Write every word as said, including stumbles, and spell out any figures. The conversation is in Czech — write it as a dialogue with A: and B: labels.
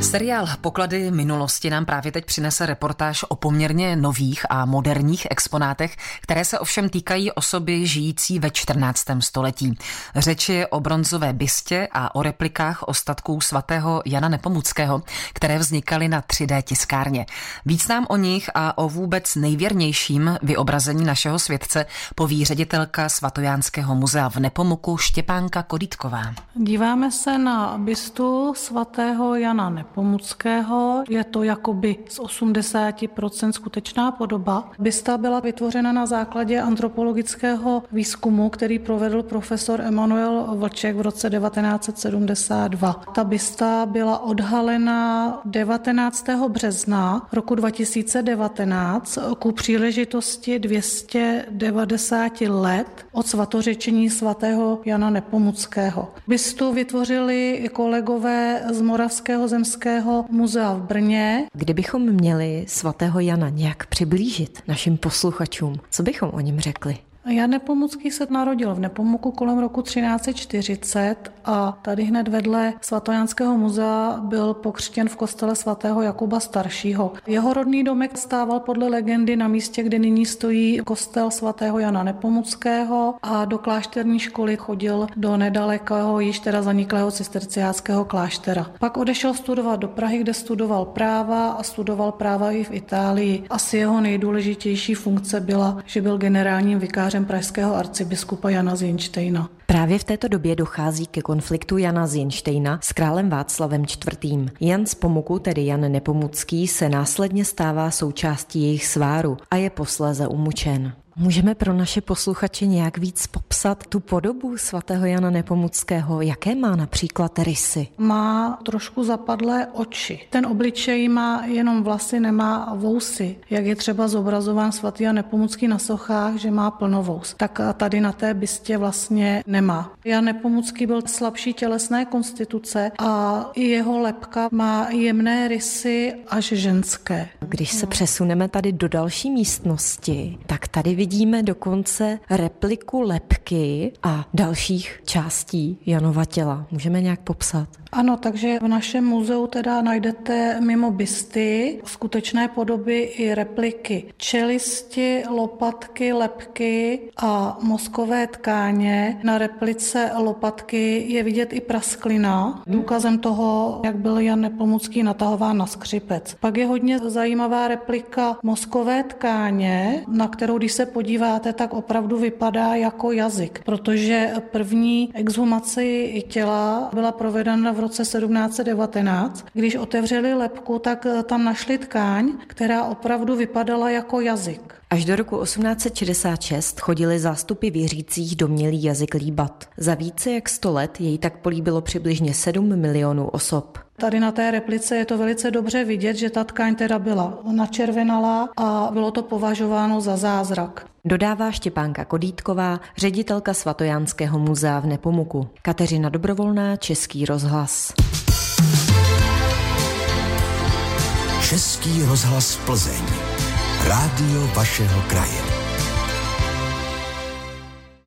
A: Seriál Poklady minulosti nám právě teď přinese reportáž o poměrně nových a moderních exponátech, které se ovšem týkají osoby žijící ve čtrnáctém století. Řeč je o bronzové bystě a o replikách ostatků svatého Jana Nepomuckého, které vznikaly na tři dé tiskárně. Víc nám o nich a o vůbec nejvěrnějším vyobrazení našeho světce poví ředitelka Svatojánského muzea v Nepomuku Štěpánka Kodýtková.
B: Díváme se na bystu svatého Jana Nepomuckého. Je to jakoby z osmdesát procent skutečná podoba. Bysta byla vytvořena na základě antropologického výzkumu, který provedl profesor Emanuel Vlček v roce devatenáct set sedmdesát dva. Ta bysta byla odhalena devatenáctého března roku dva tisíce devatenáct ku příležitosti dvě stě devadesát let od svatořečení svatého Jana Nepomuckého. Bystu vytvořili kolegové z Moravského zemského muzea v Brně.
C: Kdybychom měli svatého Jana nějak přiblížit našim posluchačům, co bychom o něm řekli?
B: Jan Nepomucký se narodil v Nepomuku kolem roku třináct set čtyřicet a tady hned vedle Svatojánského muzea byl pokřtěn v kostele svatého Jakuba Staršího. Jeho rodný domek stával podle legendy na místě, kde nyní stojí kostel svatého Jana Nepomuckého, a do klášterní školy chodil do nedalekého, již teda zaniklého cisterciáckého kláštera. Pak odešel studovat do Prahy, kde studoval práva a studoval práva i v Itálii. Asi jeho nejdůležitější funkce byla, že byl generálním vikářem pražského arcibiskupa Jana Zjenštejna.
C: Právě v této době dochází ke konfliktu Jana Zjenštejna s králem Václavem čtvrtým. Jan z Pomuku, tedy Jan Nepomucký, se následně stává součástí jejich sváru a je posléze umučen. Můžeme pro naše posluchače nějak víc popsat tu podobu svatého Jana Nepomuckého? Jaké má například rysy?
B: Má trošku zapadlé oči. Ten obličej má jenom vlasy, nemá vousy. Jak je třeba zobrazován svatý Jan Nepomucký na sochách, že má plnovous. Tak tady na té bystě vlastně nemá. Jan Nepomucký byl slabší tělesné konstituce a i jeho lebka má jemné rysy až ženské.
C: Když se přesuneme tady do další místnosti, tak tady vidíme dokonce repliku lebky a dalších částí Janova těla. Můžeme nějak popsat?
B: Ano, takže v našem muzeu teda najdete mimo bysty skutečné podoby i repliky čelisti, lopatky, lebky a mozkové tkáně. Na replice lopatky je vidět i prasklina, důkazem toho, jak byl Jan Nepomucký natahován na skřipec. Pak je hodně zajímavá replika mozkové tkáně, na kterou, když se podíváte, tak opravdu vypadá jako jazyk, protože první exhumace těla byla provedena v roce sedmnáct set devatenáct. Když otevřeli lebku, tak tam našli tkáň, která opravdu vypadala jako jazyk.
C: Až do roku osmnáct set šedesát šest chodili zástupy věřících domělý jazyk líbat. Za více jak sto let jej tak políbilo přibližně sedm milionů osob.
B: Tady na té replice je to velice dobře vidět, že ta tkáň teda byla načervenalá a bylo to považováno za zázrak.
C: Dodává Štěpánka Kodýtková, ředitelka Svatojánského muzea v Nepomuku. Kateřina Dobrovolná, Český rozhlas.
D: Český rozhlas Plzeň. Rádio vašeho kraje.